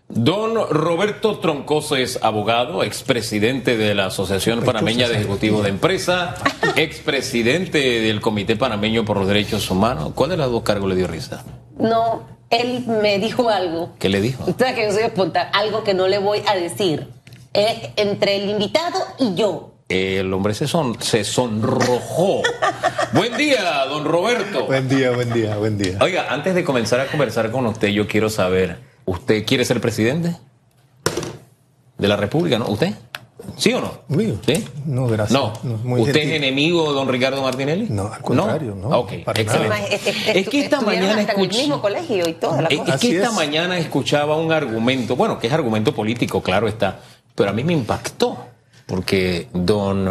Don Roberto Troncoso es abogado, expresidente de la Asociación Panameña de Ejecutivos de Empresa, expresidente del Comité Panameño por los Derechos Humanos. ¿Cuál de los dos cargos le dio risa? No, él me dijo algo. ¿Qué le dijo? Usted sabe que yo soy espontánea, algo que no le voy a decir. Entre el invitado y yo. El hombre se sonrojó. Buen día, don Roberto. Buen día, buen día, buen día. Oiga, antes de comenzar a conversar con usted, yo quiero saber, ¿usted quiere ser presidente de la República, no? ¿Usted? ¿Sí o no? ¿Mío? ¿Sí? No, gracias. No. Muy ¿Usted gentil. es enemigo de don Ricardo Martinelli? No, al contrario, no. Ok, Para excelente. nada. Es que esta mañana hasta en el mismo colegio y toda la cosa. Es que esta es. mañana escuchaba un argumento, bueno, que es argumento político, claro está, pero a mí me impactó, porque don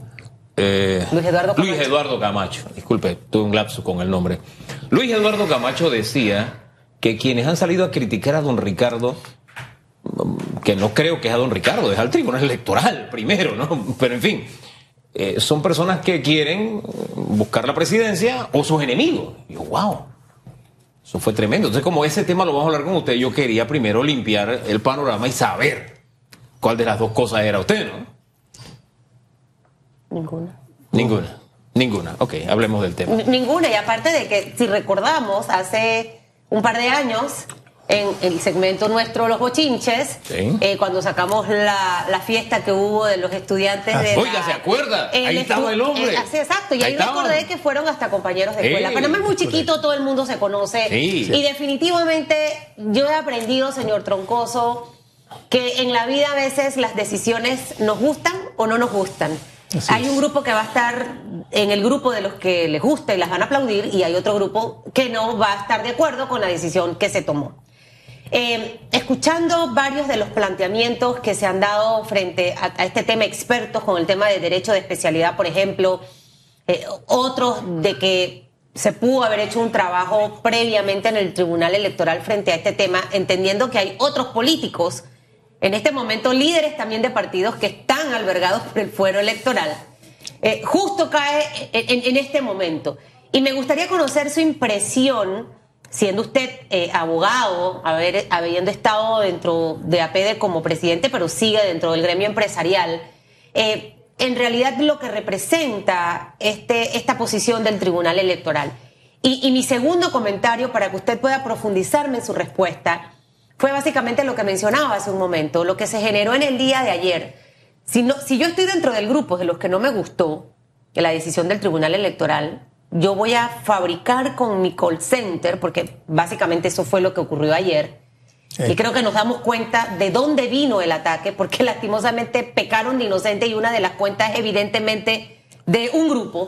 Luis Eduardo Camacho, disculpe, tuve un lapsus con el nombre. Luis Eduardo Camacho decía que quienes han salido a criticar a don Ricardo, que no creo que es a don Ricardo, es al Tribunal Electoral primero, ¿no? Pero en fin, son personas que quieren buscar la presidencia o sus enemigos. Y yo, wow. Eso fue tremendo. Entonces, como ese tema lo vamos a hablar con usted, yo quería primero limpiar el panorama y saber cuál de las dos cosas era usted, ¿no? Ninguna. Ok, hablemos del tema. Ninguna, y aparte de que, si recordamos, hace un par de años, en el segmento nuestro Los Bochinches, Sí. Cuando sacamos la fiesta que hubo de los estudiantes de Oiga, ¿se acuerda? Ahí estaba el hombre. Sí, exacto, y ahí estaban. recordé que fueron hasta compañeros de escuela. Sí, Panamá es muy chiquito, todo el mundo se conoce. Sí. Y definitivamente yo he aprendido, señor Troncoso, que en la vida a veces las decisiones nos gustan o no nos gustan. Así Hay es. un grupo que va a estar en el grupo de los que les gusta y las van a aplaudir, y hay otro grupo que no va a estar de acuerdo con la decisión que se tomó. Escuchando varios de los planteamientos que se han dado frente a este tema, expertos con el tema de derecho de especialidad, por ejemplo, otros de que se pudo haber hecho un trabajo previamente en el Tribunal Electoral frente a este tema, entendiendo que hay otros políticos, en este momento líderes también de partidos que están albergados por el fuero electoral. Justo cae en este momento. Y me gustaría conocer su impresión, siendo usted abogado, habiendo estado dentro de APD como presidente, pero sigue dentro del gremio empresarial, en realidad lo que representa esta posición del Tribunal Electoral. Y mi segundo comentario, para que usted pueda profundizarme en su respuesta, fue básicamente lo que mencionaba hace un momento, lo que se generó en el día de ayer. Si yo estoy dentro del grupo de los que no me gustó la decisión del Tribunal Electoral, yo voy a fabricar con mi call center, porque básicamente eso fue lo que ocurrió ayer, y creo que nos damos cuenta de dónde vino el ataque, porque lastimosamente pecaron de inocente y una de las cuentas es evidentemente de un grupo.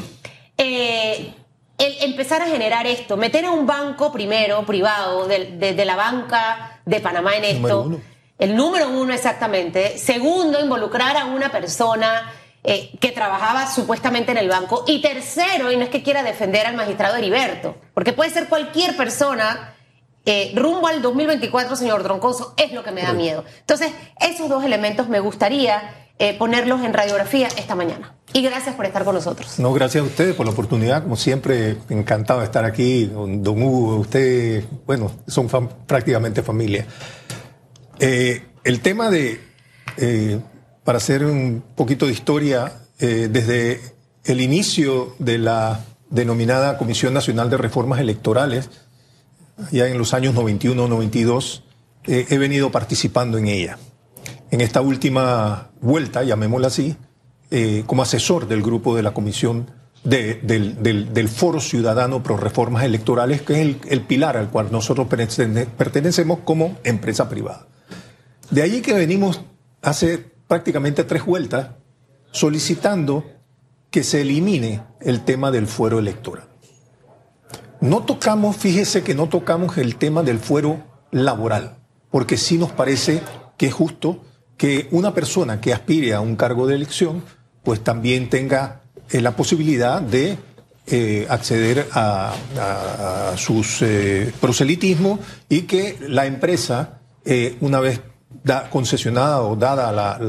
El empezar a generar esto, meter a un banco primero, privado, de la banca de Panamá en esto. Número uno. El número uno, exactamente. Segundo, involucrar a una persona que trabajaba supuestamente en el banco. Y tercero, y no es que quiera defender al magistrado Heriberto, porque puede ser cualquier persona, rumbo al 2024, señor Troncoso, es lo que me da miedo. Entonces, esos dos elementos me gustaría ponerlos en radiografía esta mañana. Y gracias por estar con nosotros. No, gracias a ustedes por la oportunidad. Como siempre, encantado de estar aquí. Don Hugo, ustedes, bueno, son prácticamente familia. El tema para hacer un poquito de historia, desde el inicio de la denominada Comisión Nacional de Reformas Electorales, ya en los años 91-92, he venido participando en ella. En esta última vuelta, llamémosla así, como asesor del grupo de la Comisión del Foro Ciudadano Pro Reformas Electorales, que es el pilar al cual nosotros pertenecemos como empresa privada. De allí que venimos hace prácticamente 3 vueltas solicitando que se elimine el tema del fuero electoral. No tocamos, fíjese que no tocamos el tema del fuero laboral, porque sí nos parece que es justo que una persona que aspire a un cargo de elección pues también tenga la posibilidad de acceder a sus proselitismos, y que la empresa, una vez concesionada o dada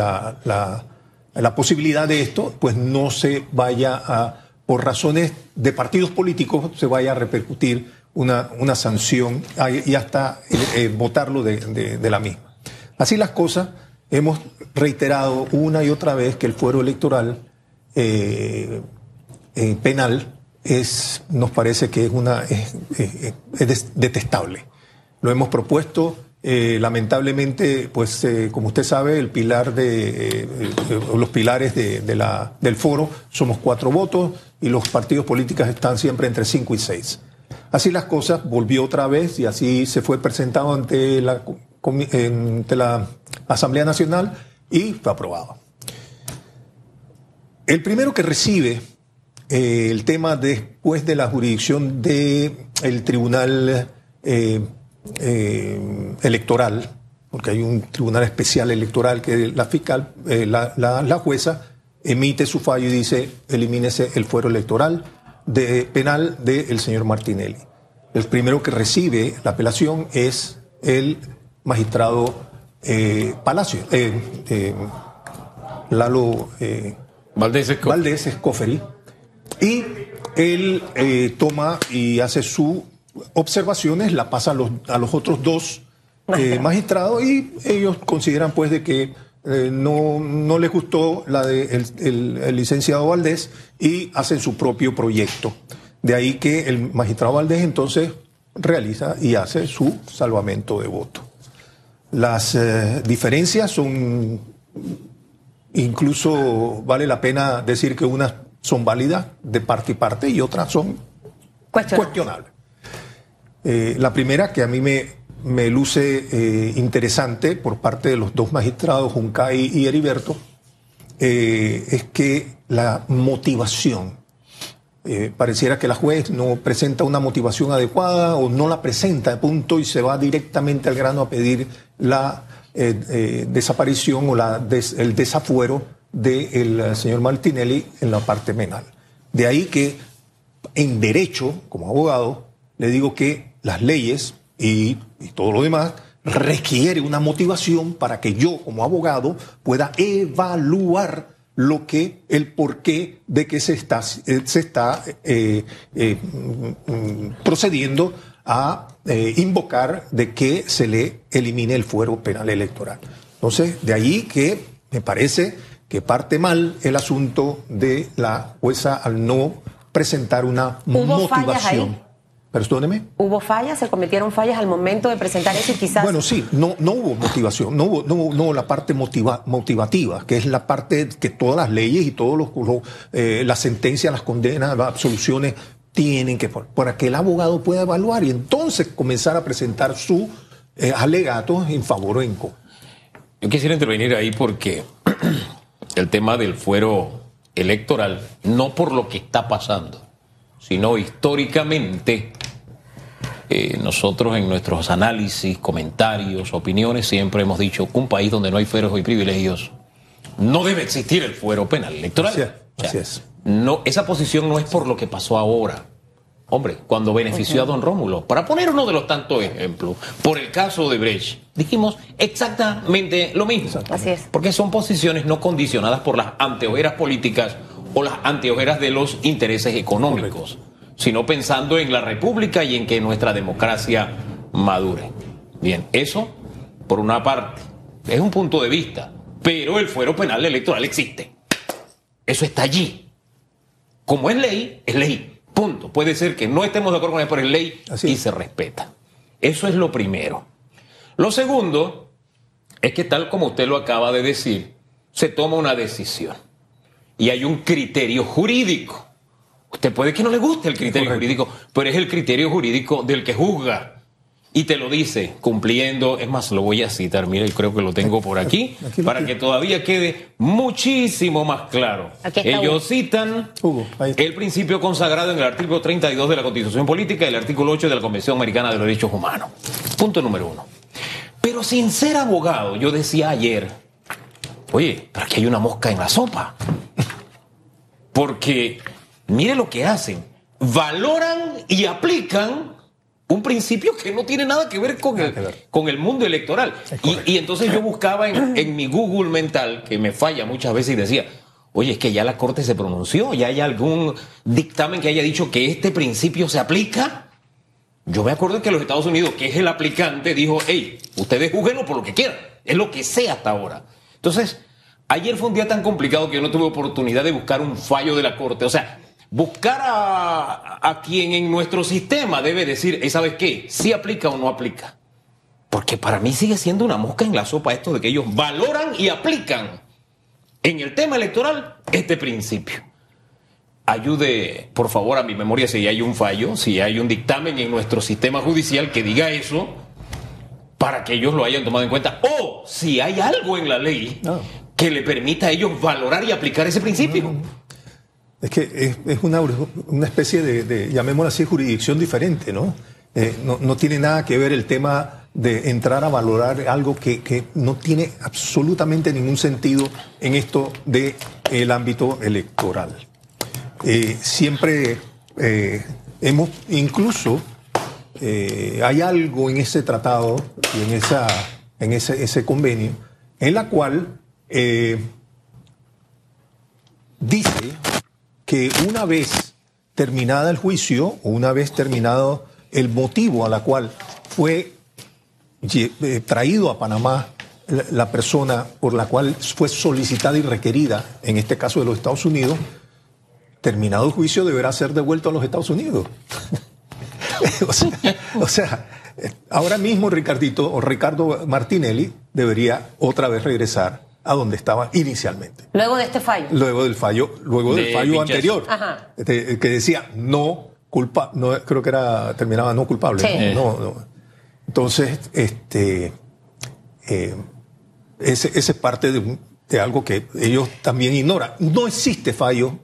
la posibilidad de esto, pues no se vaya por razones de partidos políticos, se vaya a repercutir una sanción y hasta votarlo de la misma. Así las cosas, hemos reiterado una y otra vez que el fuero electoral penal nos parece que es detestable. Lo hemos propuesto, lamentablemente, pues como usted sabe, los pilares del foro somos 4 votos y los partidos políticos están siempre entre 5 y 6. Así las cosas, volvió otra vez y así se fue presentado ante la Asamblea Nacional y fue aprobado. El primero que recibe el tema después de la jurisdicción del Tribunal Electoral, porque hay un Tribunal Especial Electoral que la fiscal, la jueza, emite su fallo y dice: elimínese el fuero electoral penal del señor Martinelli. El primero que recibe la apelación es el magistrado Palacio, Lalo Valdés Escoferi, y él toma y hace sus observaciones, la pasa a los otros 2 magistrados, y ellos consideran pues de que no les gustó la el licenciado Valdés y hacen su propio proyecto. De ahí que el magistrado Valdés entonces realiza y hace su salvamento de voto. Las diferencias son, incluso vale la pena decir que unas son válidas de parte y parte y otras son cuestionables. La primera, que a mí me luce interesante por parte de los 2 magistrados, Juncay y Heriberto, es que la motivación, pareciera que la juez no presenta una motivación adecuada o no la presenta de punto y se va directamente al grano a pedir la desaparición o el desafuero del señor Martinelli en la parte penal. De ahí que en derecho, como abogado, le digo que las leyes y todo lo demás requiere una motivación para que yo como abogado pueda evaluar el porqué de que se está procediendo a invocar de que se le elimine el fuero penal electoral. Entonces, de ahí que me parece que parte mal el asunto de la jueza al no presentar una motivación. Perdóneme. ¿Hubo fallas? ¿Se cometieron fallas al momento de presentar eso y quizás...? Bueno, sí, no hubo motivación, no hubo la parte motivativa, que es la parte que todas las leyes y todas las sentencias, las condenas, las absoluciones tienen que... para que el abogado pueda evaluar y entonces comenzar a presentar sus alegatos en favor o en contra. Yo quisiera intervenir ahí porque el tema del fuero electoral, no por lo que está pasando, sino históricamente, nosotros en nuestros análisis, comentarios, opiniones, siempre hemos dicho que un país donde no hay fueros y privilegios no debe existir el fuero penal electoral. Así es. No, esa posición no es por lo que pasó ahora. Hombre, cuando benefició a don Rómulo, para poner uno de los tantos ejemplos, por el caso de Brecht, dijimos exactamente lo mismo. Así es. Porque son posiciones no condicionadas por las anteojeras políticas o las anteojeras de los intereses económicos, sino pensando en la república y en que nuestra democracia madure. Bien, eso por una parte es un punto de vista, pero el fuero penal electoral existe. Eso está allí. Como es ley, punto. Puede ser que no estemos de acuerdo con él, pero es ley y se respeta. Eso es lo primero. Lo segundo es que, tal como usted lo acaba de decir, se toma una decisión y hay un criterio jurídico. Usted puede que no le guste el criterio jurídico, pero es el criterio jurídico del que juzga. Y te lo dice cumpliendo, es más, lo voy a citar, mira, y creo que lo tengo por aquí, para que todavía quede muchísimo más claro. Ellos citan el principio consagrado en el artículo 32 de la Constitución Política y el artículo 8 de la Convención Americana de los Derechos Humanos. Punto número 1. Pero sin ser abogado, yo decía ayer, oye, pero aquí hay una mosca en la sopa. Porque mire lo que hacen, valoran y aplican un principio que no tiene nada que ver con el mundo electoral. Y entonces yo buscaba en mi Google mental, que me falla muchas veces, y decía, oye, es que ya la Corte se pronunció, ya hay algún dictamen que haya dicho que este principio se aplica. Yo me acuerdo que los Estados Unidos, que es el aplicante, dijo, hey, ustedes júguenlo por lo que quieran. Es lo que sea hasta ahora. Entonces, ayer fue un día tan complicado que yo no tuve oportunidad de buscar un fallo de la Corte. O sea, buscar a quien en nuestro sistema debe decir, ¿sabes qué? ¿Sí aplica o no aplica? Porque para mí sigue siendo una mosca en la sopa esto de que ellos valoran y aplican en el tema electoral este principio. Ayude, por favor, a mi memoria si hay un fallo, si hay un dictamen en nuestro sistema judicial que diga eso, para que ellos lo hayan tomado en cuenta. O si hay algo en la ley que le permita a ellos valorar y aplicar ese principio. Es que es una especie de, llamémoslo así, jurisdicción diferente, ¿no? No tiene nada que ver el tema de entrar a valorar algo que no tiene absolutamente ningún sentido en esto del ámbito electoral. Siempre hemos, incluso hay algo en ese tratado y en ese convenio en la cual dice que una vez terminada el juicio o una vez terminado el motivo a la cual fue traído a Panamá la persona por la cual fue solicitada y requerida, en este caso de los Estados Unidos, terminado el juicio deberá ser devuelto a los Estados Unidos. o sea, ahora mismo Ricardo Martinelli debería otra vez regresar a donde estaba inicialmente. Luego de este fallo. Luego del fallo anterior. Ajá. Que decía no culpa, no, creo que terminaba no culpable. Sí. No. Entonces, ese es parte de algo que ellos también ignoran. No existe fallo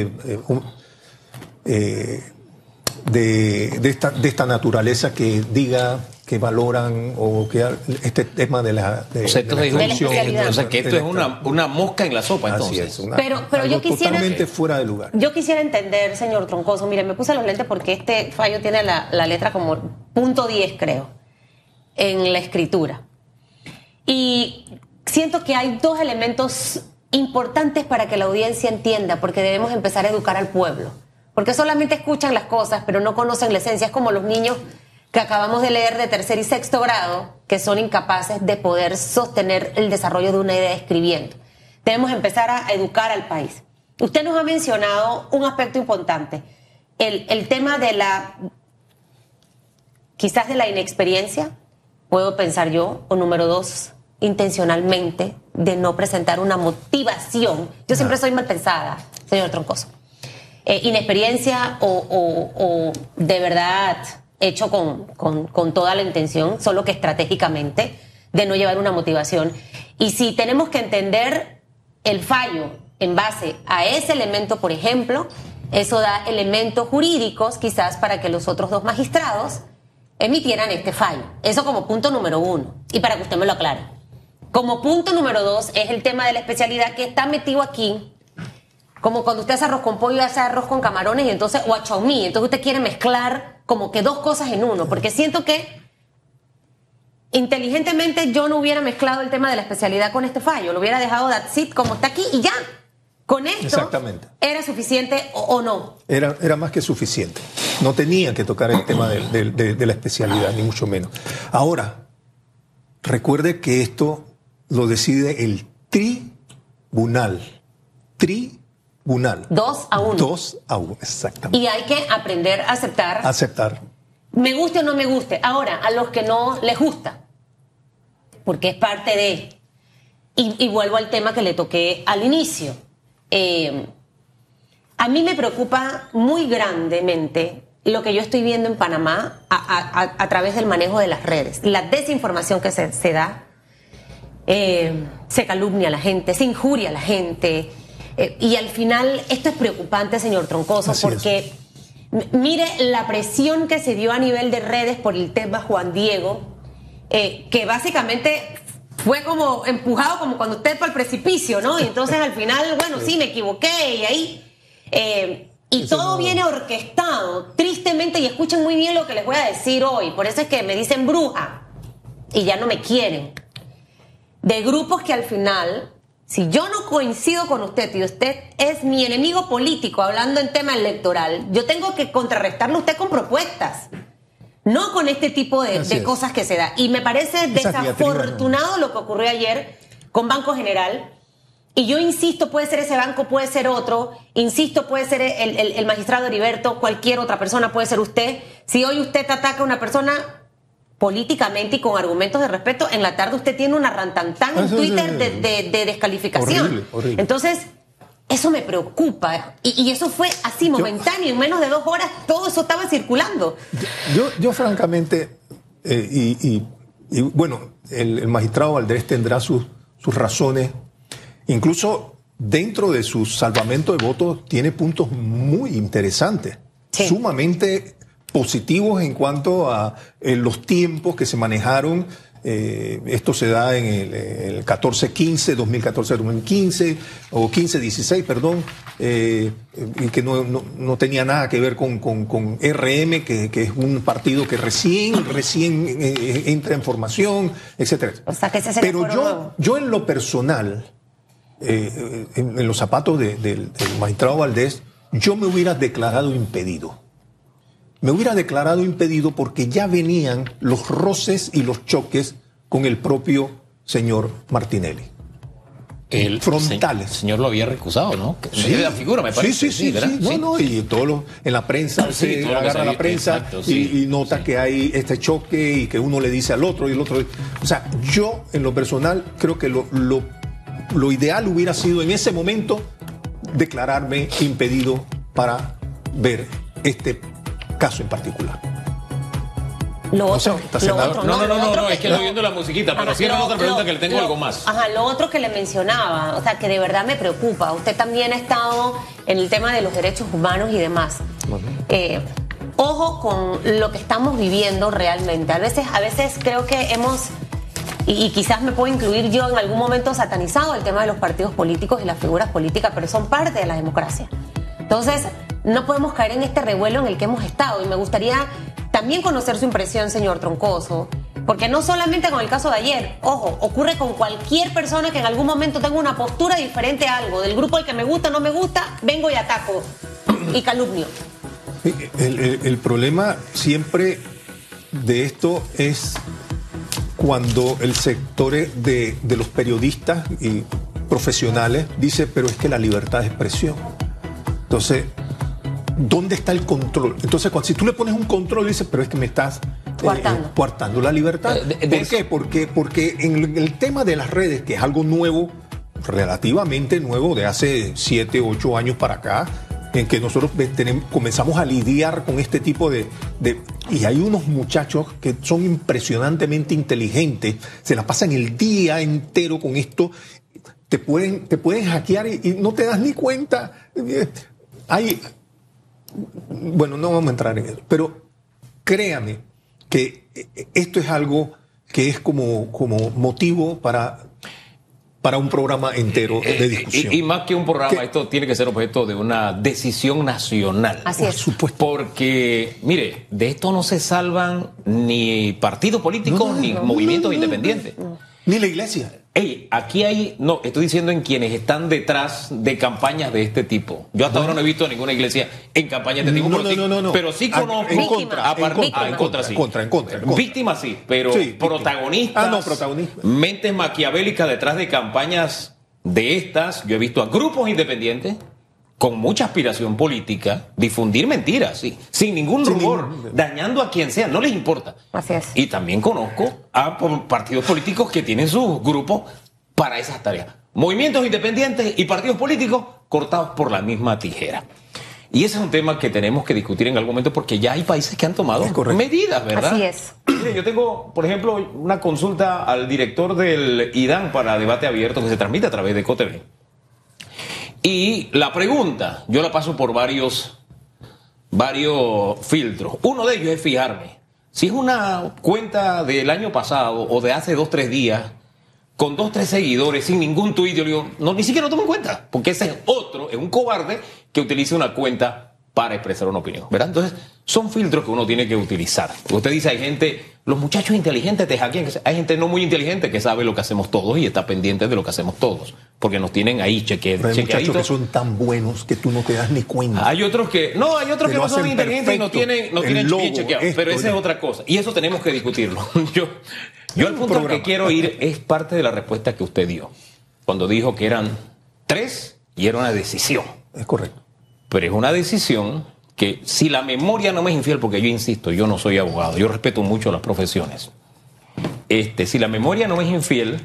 de esta naturaleza que diga que valoran o que este tema de la especialidad. O sea, que esto es una mosca en la sopa, entonces. Así es, pero yo quisiera... totalmente fuera de lugar. Yo quisiera entender, señor Troncoso, mire, me puse los lentes porque este fallo tiene la letra como punto 10, creo, en la escritura. Y siento que hay dos elementos importantes para que la audiencia entienda, porque debemos empezar a educar al pueblo. Porque solamente escuchan las cosas, pero no conocen la esencia. Es como los niños que acabamos de leer de tercer y sexto grado, que son incapaces de poder sostener el desarrollo de una idea escribiendo. Debemos empezar a educar al país. Usted nos ha mencionado un aspecto importante, el tema de quizás de la inexperiencia, puedo pensar yo, o número 2, intencionalmente, de no presentar una motivación. Yo siempre soy mal pensada, señor Troncoso. Inexperiencia o de verdad hecho con toda la intención, solo que estratégicamente, de no llevar una motivación. Y si tenemos que entender el fallo en base a ese elemento, por ejemplo, eso da elementos jurídicos quizás para que los otros dos magistrados emitieran este fallo. Eso como punto número 1, y para que usted me lo aclare. Como punto número 2 es el tema de la especialidad que está metido aquí, como cuando usted hace arroz con pollo y hace arroz con camarones, y entonces, o a choumí, entonces usted quiere mezclar como que dos cosas en uno, porque siento que inteligentemente yo no hubiera mezclado el tema de la especialidad con este fallo, lo hubiera dejado that's it como está aquí y ya. Con esto exactamente. ¿Era suficiente o no? Era más que suficiente. No tenía que tocar el tema de la especialidad, ni mucho menos. Ahora, recuerde que esto lo decide el tribunal. 2-1. 2-1, exactamente. Y hay que aprender a aceptar. Aceptar. Me guste o no me guste. Ahora, a los que no les gusta, porque es parte de... Y vuelvo al tema que le toqué al inicio. A mí me preocupa muy grandemente lo que yo estoy viendo en Panamá a través del manejo de las redes. La desinformación que se da, se calumnia a la gente, se injuria a la gente. Y al final esto es preocupante, señor Troncoso, porque mire la presión que se dio a nivel de redes por el tema Juan Diego, que básicamente fue como empujado como cuando usted para el precipicio, ¿no? Y entonces al final, bueno, sí, me equivoqué y ahí... y todo viene orquestado, tristemente, y escuchen muy bien lo que les voy a decir hoy, por eso es que me dicen bruja y ya no me quieren. De grupos que al final... Si yo no coincido con usted y usted es mi enemigo político hablando en tema electoral, yo tengo que contrarrestarlo a usted con propuestas. no con este tipo de cosas que se da. Y me parece desafortunado lo que ocurrió ayer con Banco General. Y yo insisto, puede ser ese banco, puede ser otro. Insisto, puede ser el magistrado Heriberto, cualquier otra persona, puede ser usted. Si hoy usted ataca a una persona políticamente y con argumentos de respeto, en la tarde usted tiene una rantantán en Twitter de descalificación. Horrible. Entonces, eso me preocupa. Y eso fue así, momentáneo. En menos de 2 horas todo eso estaba circulando. Yo francamente, bueno, el magistrado Valdés tendrá sus razones. Incluso dentro de su salvamento de votos tiene puntos muy interesantes, sumamente positivos en cuanto a los tiempos que se manejaron. Esto se da en el 14-15, 2014-2015, o 15-16, perdón, y que no tenía nada que ver con RM, que es un partido que recién entra en formación, etcétera. O sea, que ese se Pero yo en lo personal, en los zapatos del magistrado Valdés, yo me hubiera declarado impedido. Me hubiera declarado impedido porque ya venían los roces y los choques con el propio señor Martinelli. Frontales. El señor lo había recusado, ¿no? Sí, la figura, me parece. Sí. No, y en la prensa se agarra la prensa, exacto, y nota que hay este choque y que uno le dice al otro y el otro. O sea, yo en lo personal creo que lo ideal hubiera sido en ese momento declararme impedido para ver este caso en particular. Lo otro, no, es que estoy viendo la musiquita, pero cierra otra pregunta que le tengo algo más. Lo otro que le mencionaba, o sea, que de verdad me preocupa. Usted también ha estado en el tema de los derechos humanos y demás. Ojo con lo que estamos viviendo realmente. A veces creo que hemos, y quizás me puedo incluir yo en algún momento, satanizado el tema de los partidos políticos y las figuras políticas, pero son parte de la democracia. Entonces, no podemos caer en este revuelo en el que hemos estado. Y me gustaría también conocer su impresión, señor Troncoso, porque no solamente con el caso de ayer, ojo, ocurre con cualquier persona que en algún momento tenga una postura diferente a algo. Del grupo al que me gusta, no me gusta, vengo y ataco y calumnio. El problema siempre de esto es cuando el sector de los periodistas y profesionales dice, pero es que la libertad de expresión. Entonces, ¿dónde está el control? Entonces, si tú le pones un control, dices, pero es que me estás coartando la libertad. ¿Por qué? Porque en el tema de las redes, que es algo nuevo, relativamente nuevo, de hace 7, 8 años para acá, en que nosotros comenzamos a lidiar con este tipo y hay unos muchachos que son impresionantemente inteligentes, se la pasan el día entero con esto, te pueden hackear y no te das ni cuenta. Bueno, no vamos a entrar en eso, pero créame que esto es algo que es como motivo para un programa entero de discusión. Y más que un programa, esto tiene que ser objeto de una decisión nacional. Así es. Por supuesto. Porque, mire, de esto no se salvan ni partidos políticos ni movimientos independientes. Ni la iglesia. Estoy diciendo en quienes están detrás de campañas de este tipo. Yo hasta ahora no he visto a ninguna iglesia en campañas de este tipo. Pero sí conozco. En contra. Víctimas sí, pero sí, protagonistas. Protagonistas. Mentes maquiavélicas detrás de campañas de estas. Yo he visto a grupos independientes con mucha aspiración política difundir mentiras, sí, sin ningún rubor, dañando a quien sea, no les importa. Así es. Y también conozco a partidos políticos que tienen sus grupos para esas tareas. Movimientos independientes y partidos políticos cortados por la misma tijera. Y ese es un tema que tenemos que discutir en algún momento porque ya hay países que han tomado medidas, ¿verdad? Así es. Mire, yo tengo, por ejemplo, una consulta al director del IDAN para debate abierto que se transmite a través de COTV. Y la pregunta, yo la paso por varios filtros. Uno de ellos es fijarme si es una cuenta del año pasado o de hace 2, 3 días con 2, 3 seguidores sin ningún tuit. Yo digo, no, ni siquiera lo tomo en cuenta, porque ese es un cobarde que utiliza una cuenta para expresar una opinión, ¿verdad? Entonces, son filtros que uno tiene que utilizar. Usted dice, hay gente, los muchachos inteligentes te hackean, hay gente no muy inteligente que sabe lo que hacemos todos y está pendiente de lo que hacemos todos, porque nos tienen ahí Pero hay muchachos que son tan buenos que tú no te das ni cuenta. Hay otros que no son inteligentes y no tienen bien chequeado, pero esa es otra cosa. Y eso tenemos que discutirlo. Yo al punto al que quiero ir es parte de la respuesta que usted dio, cuando dijo que eran 3 y era una decisión. Es correcto. Pero es una decisión que, si la memoria no me es infiel, porque yo insisto, yo no soy abogado, yo respeto mucho las profesiones. Si la memoria no me es infiel,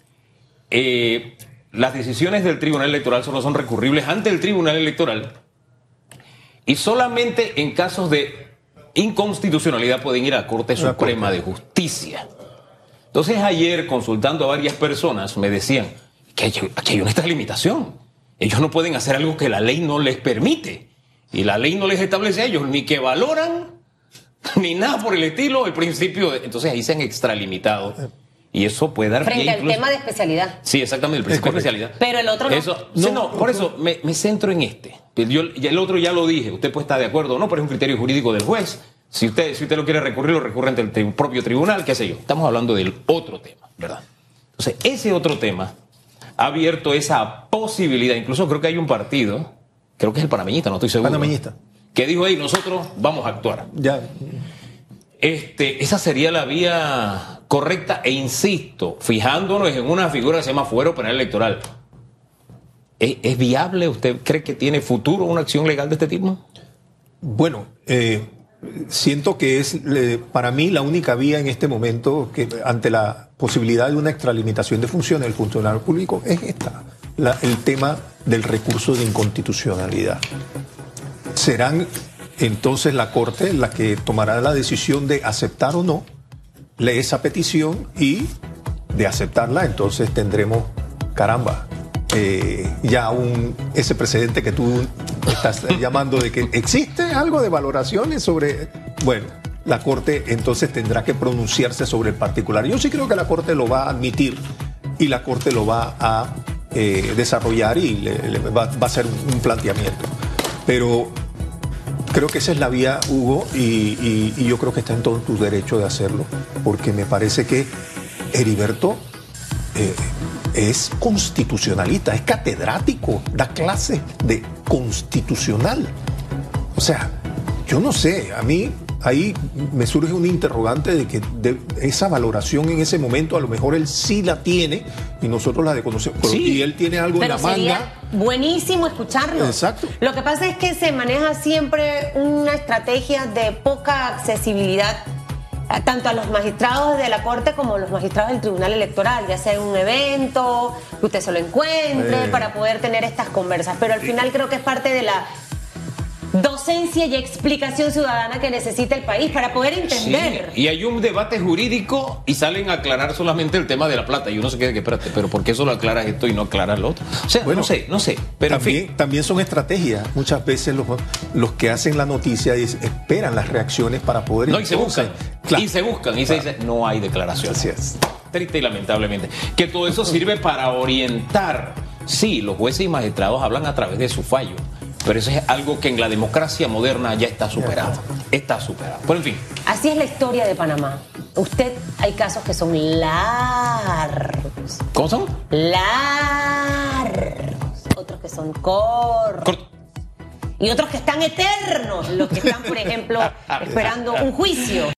las decisiones del Tribunal Electoral solo son recurribles ante el Tribunal Electoral y solamente en casos de inconstitucionalidad pueden ir a la Corte Suprema de Justicia. Entonces ayer, consultando a varias personas, me decían que aquí hay una extralimitación. Ellos no pueden hacer algo que la ley no les permite. Y la ley no les establece a ellos ni que valoran, ni nada por el estilo, el principio de... Entonces ahí se han extralimitado. Y eso puede dar... Frente al tema de especialidad. Sí, exactamente, el principio de especialidad. Pero el otro no. Eso, por eso me centro en este. El otro ya lo dije, usted puede estar de acuerdo o no, pero es un criterio jurídico del juez. Si usted lo quiere recurrir, lo recurre ante el propio tribunal, qué sé yo. Estamos hablando del otro tema, ¿verdad? Entonces, ese otro tema ha abierto esa posibilidad. Incluso creo que hay un partido, creo que es el panameñista, no estoy seguro. Panameñista. Que dijo, ahí nosotros vamos a actuar. Ya. Esa sería la vía correcta e insisto, fijándonos en una figura que se llama fuero penal electoral. ¿Es viable? ¿Usted cree que tiene futuro una acción legal de este tipo? Bueno, siento que es para mí la única vía en este momento que ante la posibilidad de una extralimitación de funciones del funcionario público es el tema del recurso de inconstitucionalidad. Serán entonces la Corte la que tomará la decisión de aceptar o no esa petición, y de aceptarla entonces tendremos, caramba, ese precedente que tú estás llamando de que existe algo de valoraciones sobre... Bueno, la Corte entonces tendrá que pronunciarse sobre el particular. Yo sí creo que la Corte lo va a admitir y la Corte lo va a desarrollar y va a hacer un planteamiento. Pero creo que esa es la vía, Hugo, y yo creo que está en todo tu derecho de hacerlo, porque me parece que Heriberto es constitucionalista, es catedrático, da clases de constitucional. O sea, yo no sé, a mí ahí me surge un interrogante de que esa valoración en ese momento a lo mejor él sí la tiene y nosotros la desconocemos. Sí, y él tiene algo en la manga. Sería buenísimo escucharlo. Exacto. Lo que pasa es que se maneja siempre una estrategia de poca accesibilidad tanto a los magistrados de la Corte como a los magistrados del Tribunal Electoral, ya sea en un evento, que usted se lo encuentre, para poder tener estas conversas. Pero al final creo que es parte de la docencia y explicación ciudadana que necesita el país para poder entender. Sí, y hay un debate jurídico y salen a aclarar solamente el tema de la plata y uno se queda que, espérate, pero ¿por qué solo aclaras esto y no aclaras lo otro? O sea, bueno, no sé, pero también son estrategias. Muchas veces los que hacen la noticia esperan las reacciones para poder... No, y se buscan, claro, y se dice, no hay declaración. Así es. Triste y lamentablemente. Que todo eso sirve para orientar. Sí, los jueces y magistrados hablan a través de su fallo, pero eso es algo que en la democracia moderna ya está superado. Está superado. Pero en fin. Así es la historia de Panamá. Hay casos que son largos. ¿Cómo son? Largos. Otros que son cortos. Y otros que están eternos. Los que están, por ejemplo, esperando un juicio.